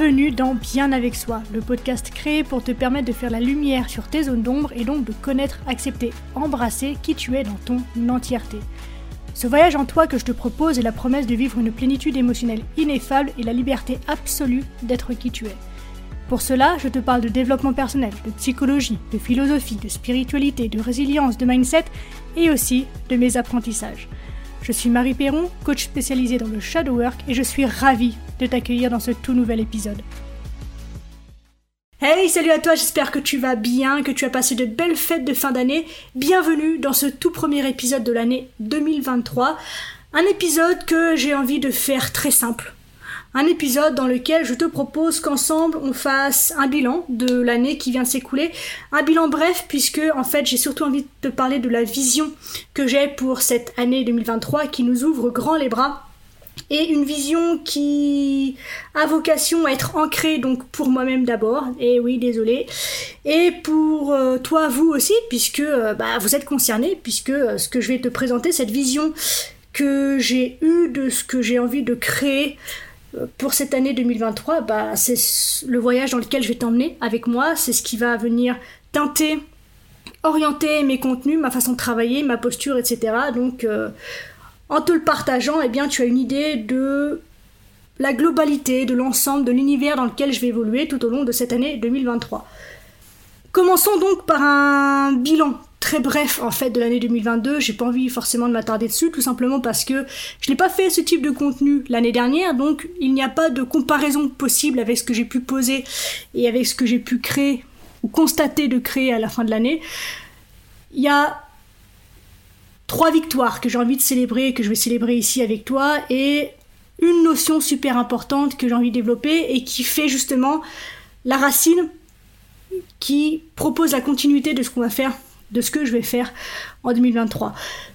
Bienvenue dans Bien avec soi, le podcast créé pour te permettre de faire la lumière sur tes zones d'ombre et donc de connaître, accepter, embrasser qui tu es dans ton entièreté. Ce voyage en toi que je te propose est la promesse de vivre une plénitude émotionnelle ineffable et la liberté absolue d'être qui tu es. Pour cela, je te parle de développement personnel, de psychologie, de philosophie, de spiritualité, de résilience, de mindset et aussi de mes apprentissages. Je suis Marie Perron, coach spécialisée dans le shadow work et je suis ravie de t'accueillir dans ce tout nouvel épisode. Hey, salut à toi, j'espère que tu vas bien, que tu as passé de belles fêtes de fin d'année. Bienvenue dans ce tout premier épisode de l'année 2023. Un épisode que j'ai envie de faire très simple. Un épisode dans lequel je te propose qu'ensemble on fasse un bilan de l'année qui vient de s'écouler. Un bilan bref puisque en fait j'ai surtout envie de te parler de la vision que j'ai pour cette année 2023 qui nous ouvre grand les bras. Et une vision qui a vocation à être ancrée donc pour moi-même d'abord, et oui désolé, et pour toi vous aussi puisque vous êtes concernés, puisque ce que je vais te présenter, cette vision que j'ai eue de ce que j'ai envie de créer pour cette année 2023, c'est le voyage dans lequel je vais t'emmener avec moi, c'est ce qui va venir teinter, orienter mes contenus, ma façon de travailler, ma posture, etc. Donc en te le partageant, tu as une idée de la globalité, de l'ensemble, de l'univers dans lequel je vais évoluer tout au long de cette année 2023. Commençons donc par un bilan très bref en fait de l'année 2022. J'ai pas envie forcément de m'attarder dessus, tout simplement parce que je n'ai pas fait ce type de contenu l'année dernière, donc il n'y a pas de comparaison possible avec ce que j'ai pu poser et avec ce que j'ai pu créer ou constater de créer à la fin de l'année. Il y a 3 victoires que j'ai envie de célébrer, que je vais célébrer ici avec toi, et une notion super importante que j'ai envie de développer et qui fait justement la racine, qui propose la continuité de ce qu'on va faire, de ce que je vais faire en 2023.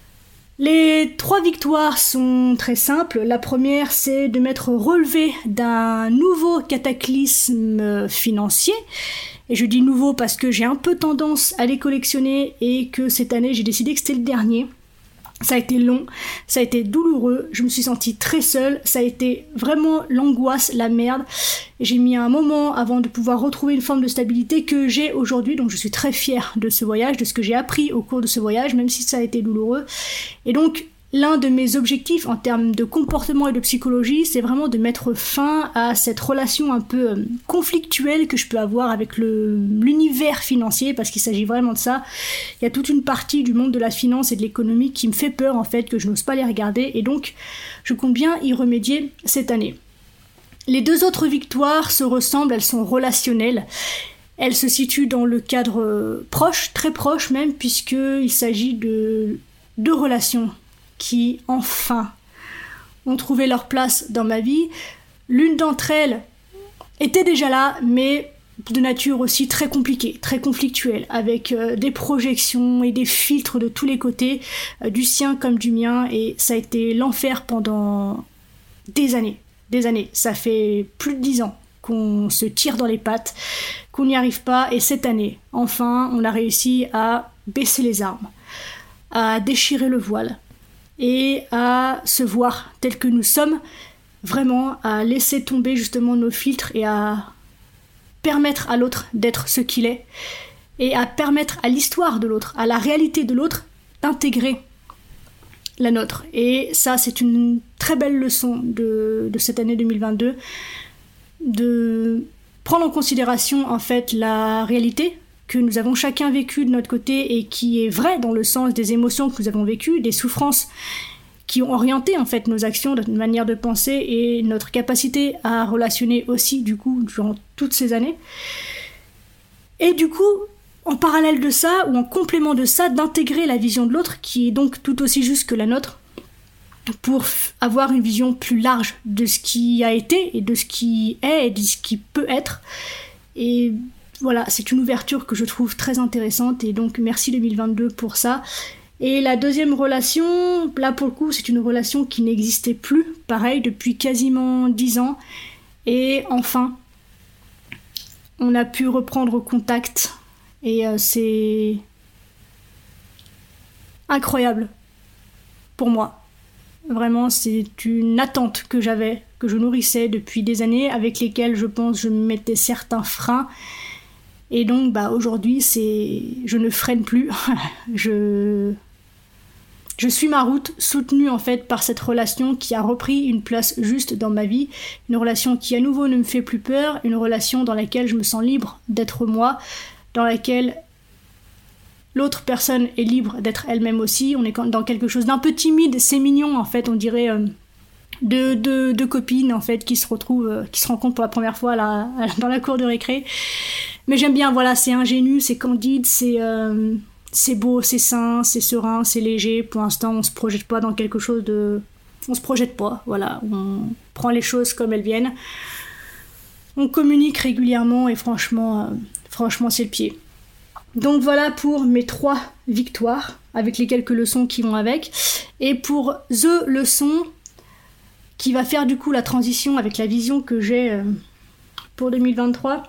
Les 3 victoires sont très simples. La première, c'est de m'être relevé d'un nouveau cataclysme financier. Et je dis nouveau parce que j'ai un peu tendance à les collectionner et que cette année, j'ai décidé que c'était le dernier. Ça a été long, ça a été douloureux, je me suis sentie très seule, ça a été vraiment l'angoisse, la merde. J'ai mis un moment avant de pouvoir retrouver une forme de stabilité que j'ai aujourd'hui, donc je suis très fière de ce voyage, de ce que j'ai appris au cours de ce voyage, même si ça a été douloureux. Et donc, l'un de mes objectifs en termes de comportement et de psychologie, c'est vraiment de mettre fin à cette relation un peu conflictuelle que je peux avoir avec l'univers financier, parce qu'il s'agit vraiment de ça. Il y a toute une partie du monde de la finance et de l'économie qui me fait peur en fait, que je n'ose pas les regarder, et donc je compte bien y remédier cette année. Les 2 autres victoires se ressemblent, elles sont relationnelles. Elles se situent dans le cadre proche, très proche même, puisqu'il s'agit de 2 relations qui, enfin, ont trouvé leur place dans ma vie. L'une d'entre elles était déjà là, mais de nature aussi très compliquée, très conflictuelle, avec des projections et des filtres de tous les côtés, du sien comme du mien, et ça a été l'enfer pendant des années. Des années. Ça fait plus de 10 ans qu'on se tire dans les pattes, qu'on n'y arrive pas, et cette année, enfin, on a réussi à baisser les armes, à déchirer le voile, et à se voir tel que nous sommes, vraiment à laisser tomber justement nos filtres et à permettre à l'autre d'être ce qu'il est, et à permettre à l'histoire de l'autre, à la réalité de l'autre, d'intégrer la nôtre. Et ça, c'est une très belle leçon de cette année 2022, de prendre en considération en fait la réalité que nous avons chacun vécu de notre côté et qui est vrai dans le sens des émotions que nous avons vécues, des souffrances qui ont orienté en fait nos actions, notre manière de penser et notre capacité à relationner aussi du coup durant toutes ces années. Et du coup, en parallèle de ça ou en complément de ça, d'intégrer la vision de l'autre qui est donc tout aussi juste que la nôtre pour avoir une vision plus large de ce qui a été et de ce qui est et de ce qui peut être. Et voilà, c'est une ouverture que je trouve très intéressante et donc merci 2022 pour ça. Et la deuxième relation, là pour le coup, c'est une relation qui n'existait plus, pareil, depuis quasiment 10 ans. Et enfin, on a pu reprendre contact et c'est incroyable pour moi. Vraiment, c'est une attente que j'avais, que je nourrissais depuis des années, avec lesquelles je pense je mettais certains freins. Et donc aujourd'hui, je ne freine plus. Je suis ma route, soutenue en fait par cette relation qui a repris une place juste dans ma vie, une relation qui à nouveau ne me fait plus peur, une relation dans laquelle je me sens libre d'être moi, dans laquelle l'autre personne est libre d'être elle-même aussi. On est dans quelque chose d'un peu timide, c'est mignon en fait, on dirait deux copines en fait qui se rencontrent pour la première fois là, dans la cour de récré. Mais j'aime bien, voilà, c'est ingénu, c'est candide, c'est beau, c'est sain, c'est serein, c'est léger. Pour l'instant, on se projette pas dans quelque chose de... On se projette pas, voilà. On prend les choses comme elles viennent. On communique régulièrement et franchement, c'est le pied. Donc voilà pour mes 3 victoires, avec les quelques leçons qui vont avec. Et pour The leçon, qui va faire du coup la transition avec la vision que j'ai pour 2023.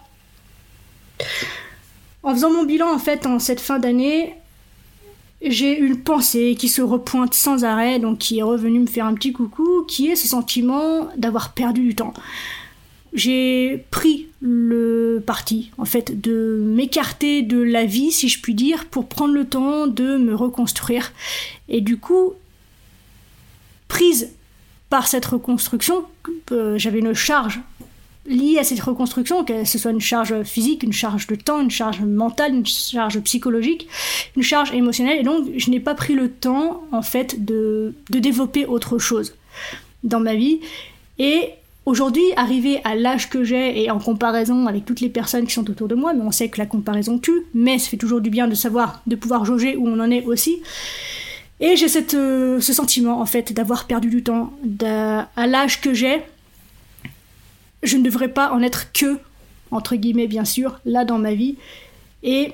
En faisant mon bilan en fait en cette fin d'année, j'ai une pensée qui se repointe sans arrêt, donc qui est revenue me faire un petit coucou, qui est ce sentiment d'avoir perdu du temps. J'ai pris le parti en fait de m'écarter de la vie, si je puis dire, pour prendre le temps de me reconstruire. Et du coup, prise par cette reconstruction, j'avais une charge liée à cette reconstruction, que ce soit une charge physique, une charge de temps, une charge mentale, une charge psychologique, une charge émotionnelle, et donc je n'ai pas pris le temps en fait de développer autre chose dans ma vie. Et aujourd'hui, arrivé à l'âge que j'ai et en comparaison avec toutes les personnes qui sont autour de moi, mais on sait que la comparaison tue, mais ça fait toujours du bien de pouvoir jauger où on en est aussi. Et j'ai ce sentiment en fait d'avoir perdu du temps. À l'âge que j'ai, je ne devrais pas en être que, entre guillemets bien sûr, là dans ma vie. Et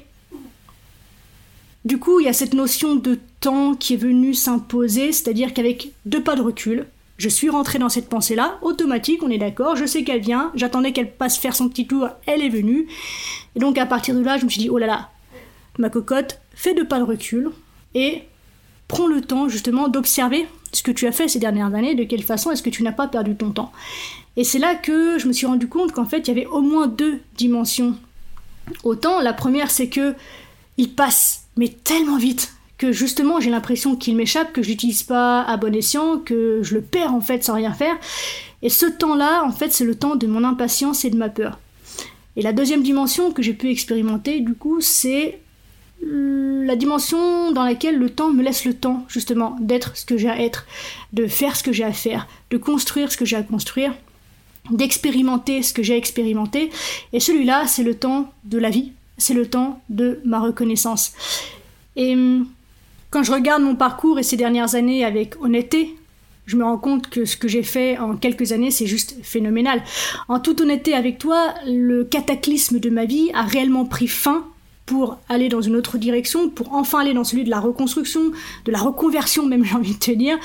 du coup, il y a cette notion de temps qui est venue s'imposer, c'est-à-dire qu'avec 2 pas de recul, je suis rentrée dans cette pensée-là, automatique, on est d'accord, je sais qu'elle vient, j'attendais qu'elle passe faire son petit tour, elle est venue. Et donc à partir de là, je me suis dit, oh là là, ma cocotte, fais 2 pas de recul et prends le temps justement d'observer ce que tu as fait ces dernières années, de quelle façon est-ce que tu n'as pas perdu ton temps. Et c'est là que je me suis rendu compte qu'en fait, il y avait au moins 2 dimensions au temps. La première, c'est que il passe, mais tellement vite, que justement, j'ai l'impression qu'il m'échappe, que je l'utilise pas à bon escient, que je le perds en fait sans rien faire. Et ce temps-là, en fait, c'est le temps de mon impatience et de ma peur. Et la deuxième dimension que j'ai pu expérimenter, du coup, c'est la dimension dans laquelle le temps me laisse le temps, justement, d'être ce que j'ai à être, de faire ce que j'ai à faire, de construire ce que j'ai à construire, d'expérimenter ce que j'ai expérimenté. Et celui-là, c'est le temps de la vie, c'est le temps de ma reconnaissance. Et quand je regarde mon parcours et ces dernières années avec honnêteté, je me rends compte que ce que j'ai fait en quelques années, c'est juste phénoménal. En toute honnêteté avec toi, le cataclysme de ma vie a réellement pris fin pour aller dans une autre direction, pour enfin aller dans celui de la reconstruction, de la reconversion même, j'ai envie de te dire.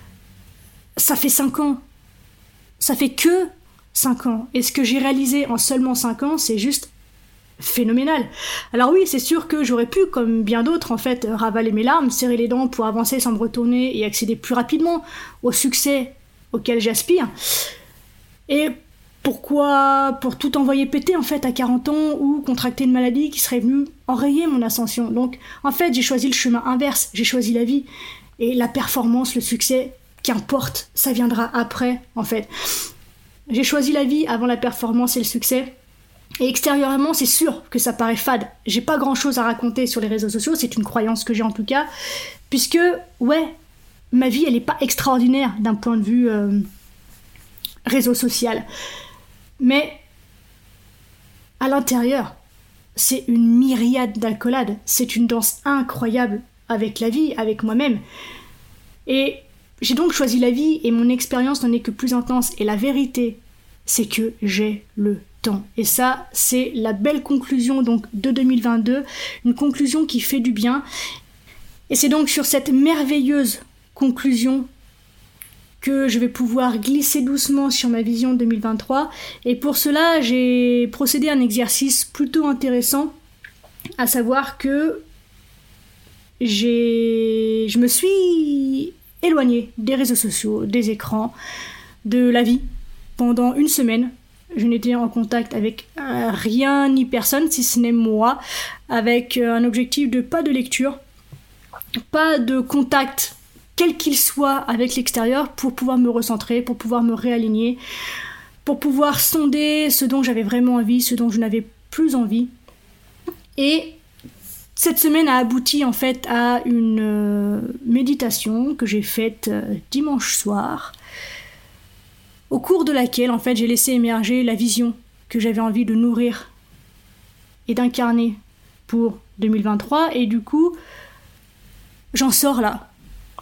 Ça fait 5 ans. Ça fait que 5 ans. Et ce que j'ai réalisé en seulement 5 ans, c'est juste phénoménal. Alors oui, c'est sûr que j'aurais pu, comme bien d'autres, en fait, ravaler mes larmes, serrer les dents pour avancer sans me retourner et accéder plus rapidement au succès auquel j'aspire. Et pourquoi pour tout envoyer péter, en fait, à 40 ans ou contracter une maladie qui serait venue enrayer mon ascension. Donc, en fait, j'ai choisi le chemin inverse. J'ai choisi la vie. Et la performance, le succès, qu'importe, ça viendra après, en fait. J'ai choisi la vie avant la performance et le succès. Et extérieurement, c'est sûr que ça paraît fade. J'ai pas grand-chose à raconter sur les réseaux sociaux, c'est une croyance que j'ai en tout cas, puisque, ouais, ma vie, elle est pas extraordinaire d'un point de vue réseau social. Mais, à l'intérieur, c'est une myriade d'accolades. C'est une danse incroyable avec la vie, avec moi-même. Et j'ai donc choisi la vie, et mon expérience n'en est que plus intense. Et la vérité, c'est que j'ai le temps. Et ça, c'est la belle conclusion donc de 2022, une conclusion qui fait du bien. Et c'est donc sur cette merveilleuse conclusion que je vais pouvoir glisser doucement sur ma vision 2023. Et pour cela, j'ai procédé à un exercice plutôt intéressant, à savoir que je me suis éloignée des réseaux sociaux, des écrans, de la vie. Pendant une semaine, je n'étais en contact avec rien ni personne, si ce n'est moi, avec un objectif de pas de lecture, pas de contact, quel qu'il soit, avec l'extérieur, pour pouvoir me recentrer, pour pouvoir me réaligner, pour pouvoir sonder ce dont j'avais vraiment envie, ce dont je n'avais plus envie. Et cette semaine a abouti en fait à une méditation que j'ai faite dimanche soir, au cours de laquelle en fait j'ai laissé émerger la vision que j'avais envie de nourrir et d'incarner pour 2023, et du coup j'en sors là.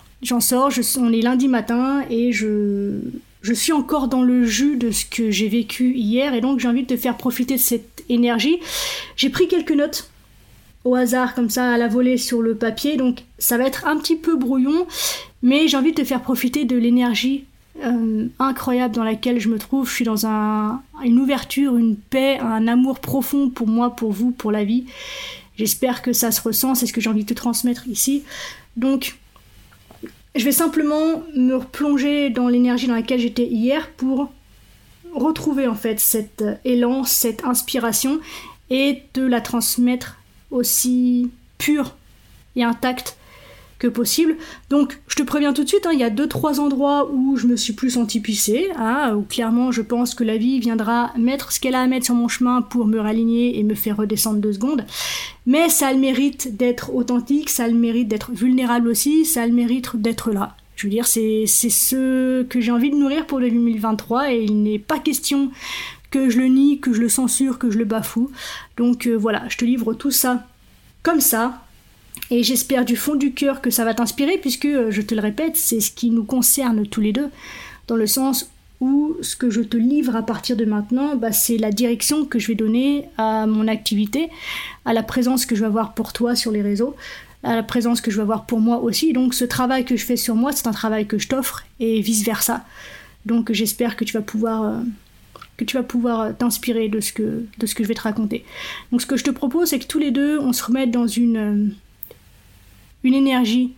On est lundi matin et je suis encore dans le jus de ce que j'ai vécu hier, et donc j'ai envie de te faire profiter de cette énergie. J'ai pris quelques notes au hasard comme ça à la volée sur le papier, donc ça va être un petit peu brouillon, mais j'ai envie de te faire profiter de l'énergie incroyable dans laquelle je me trouve. Je suis dans une ouverture, une paix, un amour profond pour moi, pour vous, pour la vie. J'espère que ça se ressent, c'est ce que j'ai envie de te transmettre ici. Donc je vais simplement me replonger dans l'énergie dans laquelle j'étais hier pour retrouver en fait cet élan, cette inspiration, et te la transmettre aussi pure et intacte que possible. Donc je te préviens tout de suite, il y a 2-3 endroits où je me suis plus sentie pissée, où clairement je pense que la vie viendra mettre ce qu'elle a à mettre sur mon chemin pour me raligner et me faire redescendre 2 secondes. Mais ça a le mérite d'être authentique, ça a le mérite d'être vulnérable aussi, ça a le mérite d'être là. Je veux dire, c'est ce que j'ai envie de nourrir pour 2023, et il n'est pas question que je le nie, que je le censure, que je le bafoue. Donc voilà, je te livre tout ça comme ça. Et j'espère du fond du cœur que ça va t'inspirer, puisque, je te le répète, c'est ce qui nous concerne tous les deux, dans le sens où ce que je te livre à partir de maintenant, c'est la direction que je vais donner à mon activité, à la présence que je vais avoir pour toi sur les réseaux, à la présence que je vais avoir pour moi aussi. Donc ce travail que je fais sur moi, c'est un travail que je t'offre, et vice-versa. Donc j'espère que tu vas pouvoir t'inspirer de ce que je vais te raconter. Donc ce que je te propose, c'est que tous les deux, on se remette dans une énergie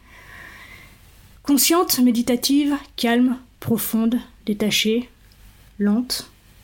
consciente, méditative, calme, profonde, détachée, lente.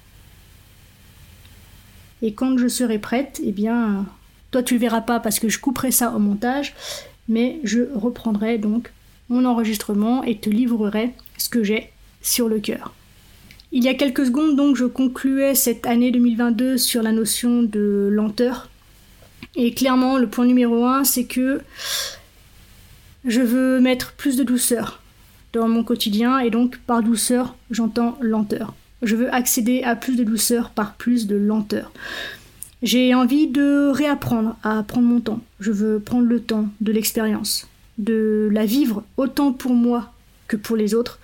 Et quand je serai prête, toi tu le verras pas parce que je couperai ça au montage, mais je reprendrai donc mon enregistrement et te livrerai ce que j'ai sur le cœur. Il y a quelques secondes, donc, je concluais cette année 2022 sur la notion de lenteur. Et clairement, le point numéro 1, c'est que je veux mettre plus de douceur dans mon quotidien, et donc par douceur, j'entends lenteur. Je veux accéder à plus de douceur par plus de lenteur. J'ai envie de réapprendre à prendre mon temps. Je veux prendre le temps de l'expérience, de la vivre autant pour moi que pour les autres.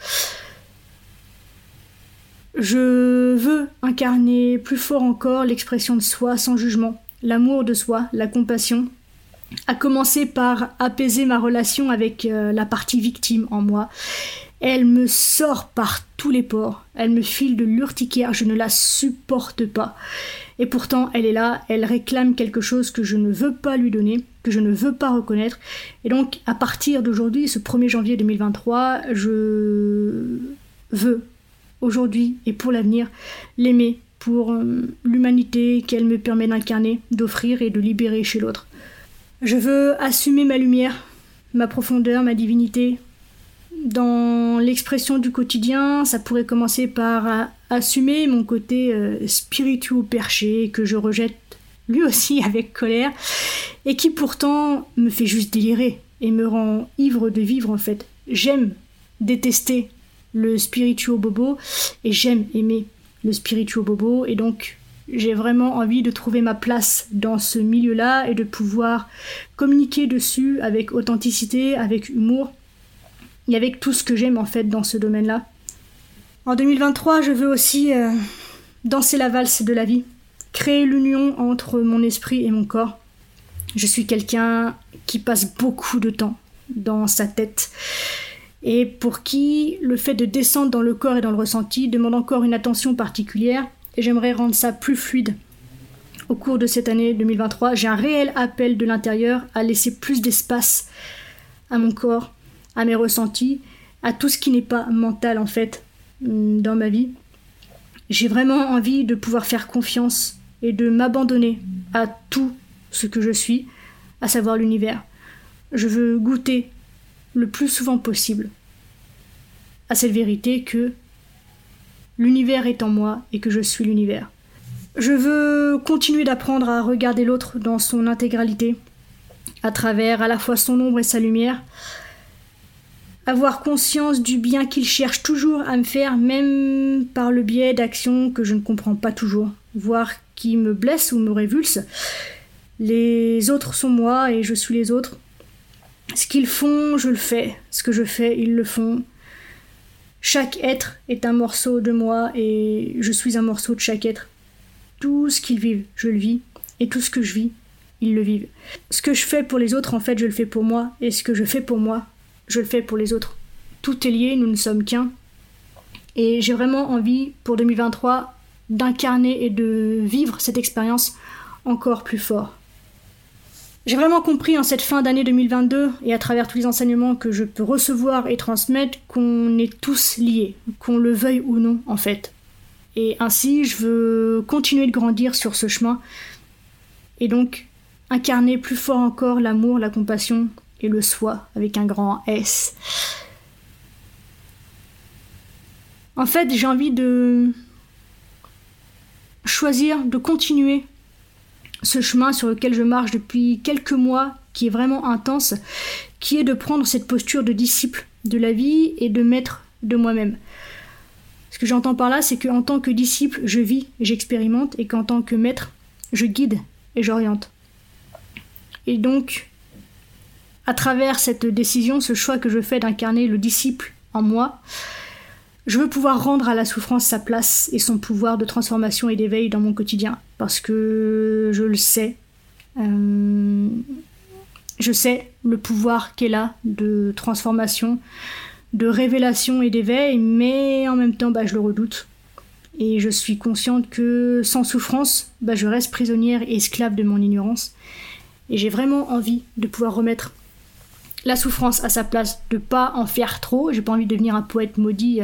Je veux incarner plus fort encore l'expression de soi sans jugement, l'amour de soi, la compassion, à commencer par apaiser ma relation avec la partie victime en moi. Elle me sort par tous les pores, elle me file de l'urticaire, je ne la supporte pas. Et pourtant, elle est là, elle réclame quelque chose que je ne veux pas lui donner, que je ne veux pas reconnaître. Et donc, à partir d'aujourd'hui, ce 1er janvier 2023, je veux, aujourd'hui et pour l'avenir, l'aimer pour l'humanité qu'elle me permet d'incarner, d'offrir et de libérer chez l'autre. Je veux assumer ma lumière, ma profondeur, ma divinité. Dans l'expression du quotidien, ça pourrait commencer par assumer mon côté spirituel perché que je rejette lui aussi avec colère et qui pourtant me fait juste délirer et me rend ivre de vivre en fait. J'aime détester le spirituel bobo et j'aime aimer le spirituel bobo, et donc j'ai vraiment envie de trouver ma place dans ce milieu-là et de pouvoir communiquer dessus avec authenticité, avec humour et avec tout ce que j'aime en fait dans ce domaine-là. En 2023, je veux aussi danser la valse de la vie, créer l'union entre mon esprit et mon corps. Je suis quelqu'un qui passe beaucoup de temps dans sa tête et pour qui le fait de descendre dans le corps et dans le ressenti demande encore une attention particulière, et j'aimerais rendre ça plus fluide. Au cours de cette année 2023, j'ai un réel appel de l'intérieur à laisser plus d'espace à mon corps, à mes ressentis, à tout ce qui n'est pas mental en fait dans ma vie. J'ai vraiment envie de pouvoir faire confiance et de m'abandonner à tout ce que je suis, à savoir l'univers. Je veux goûter le plus souvent possible à cette vérité que l'univers est en moi et que je suis l'univers. Je veux continuer d'apprendre à regarder l'autre dans son intégralité, à travers à la fois son ombre et sa lumière, avoir conscience du bien qu'il cherche toujours à me faire, même par le biais d'actions que je ne comprends pas toujours, voire qui me blessent ou me révulsent. Les autres sont moi et je suis les autres. Ce qu'ils font, je le fais. Ce que je fais, ils le font. Chaque être est un morceau de moi et je suis un morceau de chaque être. Tout ce qu'ils vivent, je le vis. Et tout ce que je vis, ils le vivent. Ce que je fais pour les autres, en fait, je le fais pour moi. Et ce que je fais pour moi, je le fais pour les autres. Tout est lié, nous ne sommes qu'un. Et j'ai vraiment envie, pour 2023, d'incarner et de vivre cette expérience encore plus fort. J'ai vraiment compris en cette fin d'année 2022, et à travers tous les enseignements que je peux recevoir et transmettre, qu'on est tous liés, qu'on le veuille ou non, en fait. Et ainsi, je veux continuer de grandir sur ce chemin, et donc incarner plus fort encore l'amour, la compassion et le soi, avec un grand S. En fait, j'ai envie de choisir de continuer ce chemin sur lequel je marche depuis quelques mois, qui est vraiment intense, qui est de prendre cette posture de disciple de la vie et de maître de moi-même. Ce que j'entends par là, c'est qu'en tant que disciple, je vis, j'expérimente, et qu'en tant que maître, je guide et j'oriente. Et donc, à travers cette décision, ce choix que je fais d'incarner le disciple en moi, je veux pouvoir rendre à la souffrance sa place et son pouvoir de transformation et d'éveil dans mon quotidien. Parce que je le sais. Je sais le pouvoir qu'elle a de transformation, de révélation et d'éveil, mais en même temps, je le redoute. Et je suis consciente que sans souffrance, je reste prisonnière et esclave de mon ignorance. Et j'ai vraiment envie de pouvoir remettre la souffrance à sa place, de pas en faire trop. J'ai pas envie de devenir un poète maudit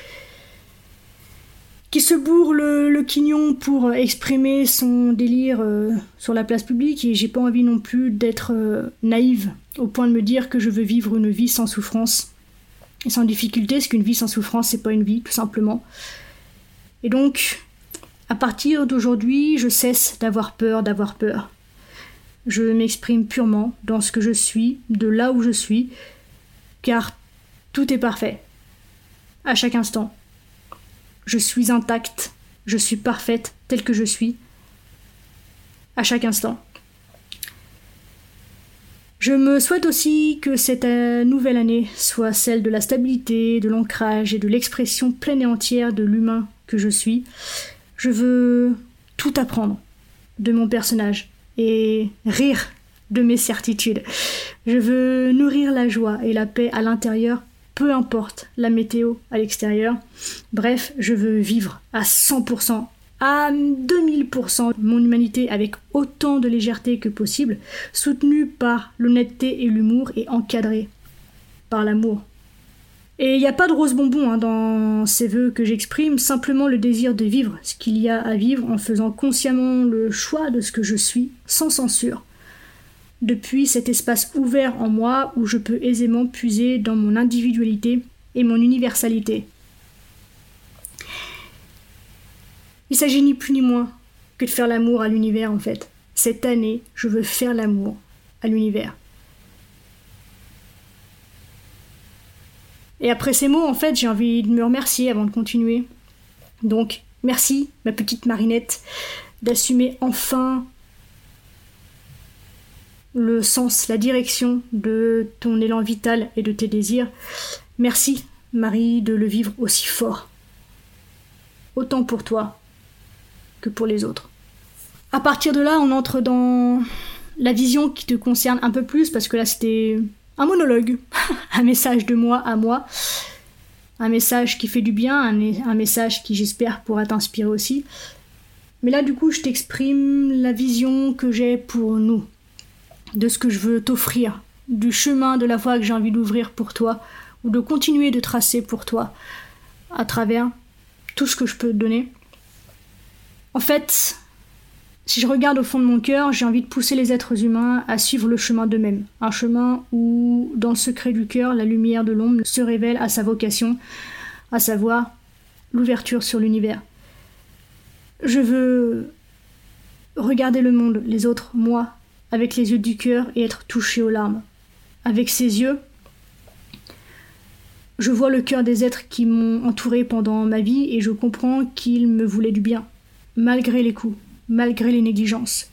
qui se bourre le quignon pour exprimer son délire sur la place publique, et j'ai pas envie non plus d'être naïve au point de me dire que je veux vivre une vie sans souffrance et sans difficulté, parce qu'une vie sans souffrance, c'est pas une vie, tout simplement. Et donc, à partir d'aujourd'hui, je cesse d'avoir peur. Je m'exprime purement dans ce que je suis, de là où je suis, car tout est parfait, à chaque instant. Je suis intacte, je suis parfaite telle que je suis, à chaque instant. Je me souhaite aussi que cette nouvelle année soit celle de la stabilité, de l'ancrage et de l'expression pleine et entière de l'humain que je suis. Je veux tout apprendre de mon personnage et rire de mes certitudes. Je veux nourrir la joie et la paix à l'intérieur, peu importe la météo à l'extérieur. Bref, je veux vivre à 100%, à 2000% mon humanité avec autant de légèreté que possible, soutenue par l'honnêteté et l'humour et encadrée par l'amour. Et il n'y a pas de rose bonbon dans ces vœux que j'exprime, simplement le désir de vivre ce qu'il y a à vivre en faisant consciemment le choix de ce que je suis, sans censure. Depuis cet espace ouvert en moi où je peux aisément puiser dans mon individualité et mon universalité. Il s'agit ni plus ni moins que de faire l'amour à l'univers en fait. Cette année, je veux faire l'amour à l'univers. Et après ces mots, en fait, j'ai envie de me remercier avant de continuer. Donc, merci, ma petite Marinette, d'assumer enfin le sens, la direction de ton élan vital et de tes désirs. Merci, Marie, de le vivre aussi fort. Autant pour toi que pour les autres. À partir de là, on entre dans la vision qui te concerne un peu plus, parce que là, c'était un monologue, un message de moi à moi, un message qui fait du bien, un message qui, j'espère, pourra t'inspirer aussi. Mais là, du coup, je t'exprime la vision que j'ai pour nous, de ce que je veux t'offrir, du chemin de la voie que j'ai envie d'ouvrir pour toi, ou de continuer de tracer pour toi à travers tout ce que je peux te donner. En fait, si je regarde au fond de mon cœur, j'ai envie de pousser les êtres humains à suivre le chemin d'eux-mêmes. Un chemin où, dans le secret du cœur, la lumière de l'ombre se révèle à sa vocation, à savoir l'ouverture sur l'univers. Je veux regarder le monde, les autres, moi, avec les yeux du cœur et être touché aux larmes. Avec ces yeux, je vois le cœur des êtres qui m'ont entouré pendant ma vie et je comprends qu'ils me voulaient du bien, malgré les coups, malgré les négligences.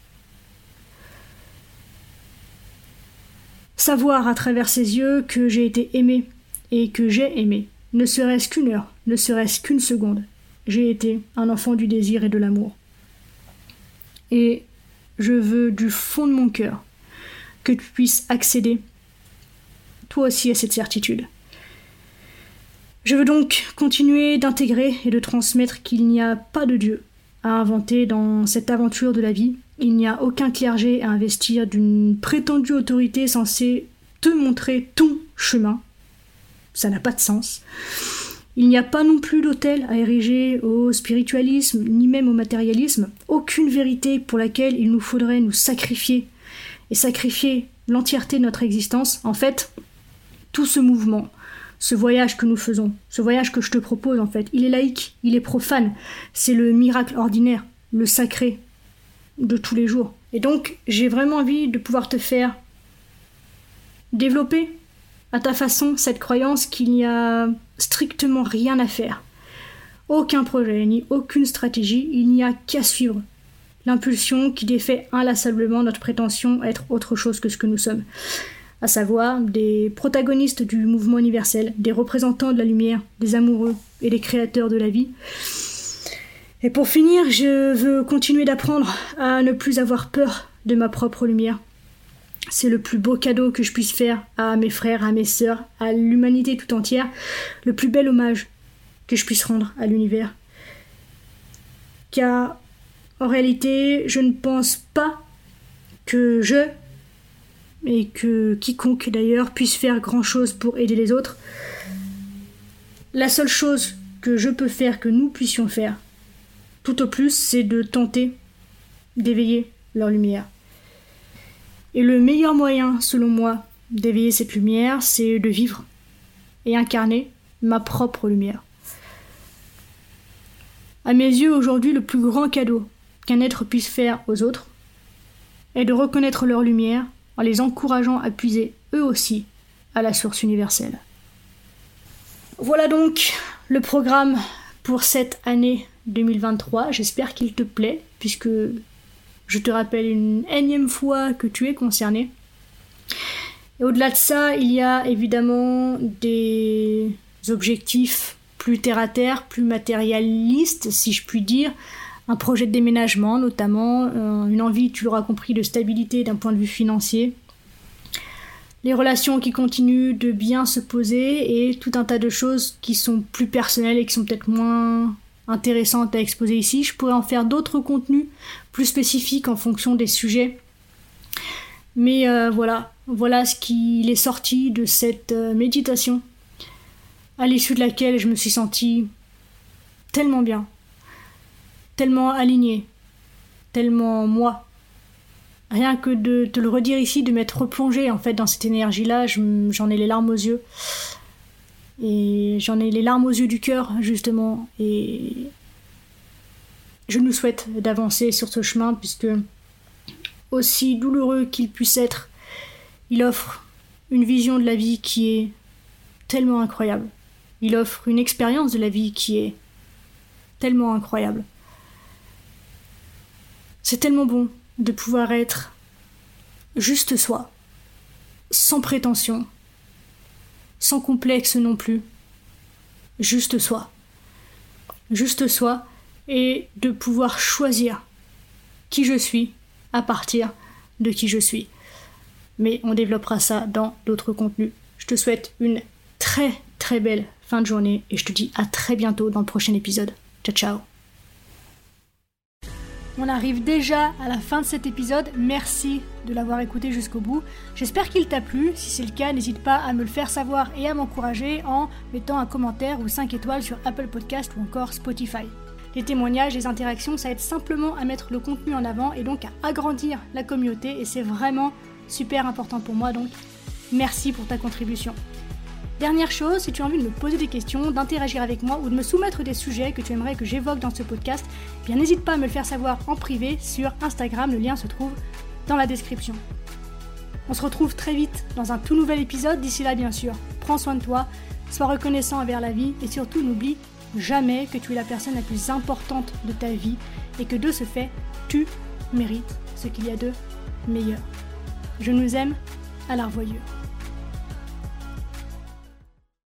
Savoir à travers ces yeux que j'ai été aimé et que j'ai aimé, ne serait-ce qu'une heure, ne serait-ce qu'une seconde. J'ai été un enfant du désir et de l'amour. Et je veux du fond de mon cœur que tu puisses accéder, toi aussi, à cette certitude. Je veux donc continuer d'intégrer et de transmettre qu'il n'y a pas de Dieu à inventer dans cette aventure de la vie. Il n'y a aucun clergé à investir d'une prétendue autorité censée te montrer ton chemin. Ça n'a pas de sens. Il n'y a pas non plus d'autel à ériger au spiritualisme, ni même au matérialisme. Aucune vérité pour laquelle il nous faudrait nous sacrifier et sacrifier l'entièreté de notre existence. En fait, tout ce mouvement, ce voyage que nous faisons, ce voyage que je te propose en fait, il est laïque, il est profane. C'est le miracle ordinaire, le sacré de tous les jours. Et donc, j'ai vraiment envie de pouvoir te faire développer à ta façon cette croyance qu'il n'y a strictement rien à faire. Aucun projet, ni aucune stratégie, il n'y a qu'à suivre l'impulsion qui défait inlassablement notre prétention à être autre chose que ce que nous sommes. À savoir des protagonistes du mouvement universel, des représentants de la lumière, des amoureux et des créateurs de la vie. Et pour finir, je veux continuer d'apprendre à ne plus avoir peur de ma propre lumière. C'est le plus beau cadeau que je puisse faire à mes frères, à mes sœurs, à l'humanité tout entière, le plus bel hommage que je puisse rendre à l'univers. Car, en réalité, je ne pense pas que et que quiconque d'ailleurs puisse faire grand-chose pour aider les autres. La seule chose que je peux faire, que nous puissions faire, tout au plus, c'est de tenter d'éveiller leur lumière. Et le meilleur moyen, selon moi, d'éveiller cette lumière, c'est de vivre et incarner ma propre lumière. À mes yeux, aujourd'hui, le plus grand cadeau qu'un être puisse faire aux autres est de reconnaître leur lumière en les encourageant à puiser, eux aussi, à la source universelle. Voilà donc le programme pour cette année 2023. J'espère qu'il te plaît, puisque je te rappelle une énième fois que tu es concerné. Et au-delà de ça, il y a évidemment des objectifs plus terre-à-terre, plus matérialistes, si je puis dire. Un projet de déménagement, notamment, une envie, tu l'auras compris, de stabilité d'un point de vue financier. Les relations qui continuent de bien se poser et tout un tas de choses qui sont plus personnelles et qui sont peut-être moins intéressantes à exposer ici. Je pourrais en faire d'autres contenus plus spécifiques en fonction des sujets. Mais voilà ce qu'il est sorti de cette méditation, à l'issue de laquelle je me suis sentie tellement bien, tellement alignée, tellement moi. Rien que de te le redire ici, de m'être replongée en fait dans cette énergie-là, j'en ai les larmes aux yeux. Et j'en ai les larmes aux yeux du cœur, justement. Et je nous souhaite d'avancer sur ce chemin, puisque aussi douloureux qu'il puisse être, il offre une vision de la vie qui est tellement incroyable. Il offre une expérience de la vie qui est tellement incroyable. C'est tellement bon de pouvoir être juste soi, sans prétention, sans complexe non plus, juste soi, et de pouvoir choisir qui je suis à partir de qui je suis. Mais on développera ça dans d'autres contenus. Je te souhaite une très très belle fin de journée et je te dis à très bientôt dans le prochain épisode. Ciao ciao. On arrive déjà à la fin de cet épisode, merci de l'avoir écouté jusqu'au bout. J'espère qu'il t'a plu, si c'est le cas, n'hésite pas à me le faire savoir et à m'encourager en mettant un commentaire ou 5 étoiles sur Apple Podcast ou encore Spotify. Les témoignages, les interactions, ça aide simplement à mettre le contenu en avant et donc à agrandir la communauté et c'est vraiment super important pour moi, donc merci pour ta contribution. Dernière chose, si tu as envie de me poser des questions, d'interagir avec moi ou de me soumettre des sujets que tu aimerais que j'évoque dans ce podcast, bien n'hésite pas à me le faire savoir en privé sur Instagram, le lien se trouve dans la description. On se retrouve très vite dans un tout nouvel épisode, d'ici là bien sûr, prends soin de toi, sois reconnaissant envers la vie et surtout n'oublie jamais que tu es la personne la plus importante de ta vie et que de ce fait, tu mérites ce qu'il y a de meilleur. Je nous aime, à la revoyure.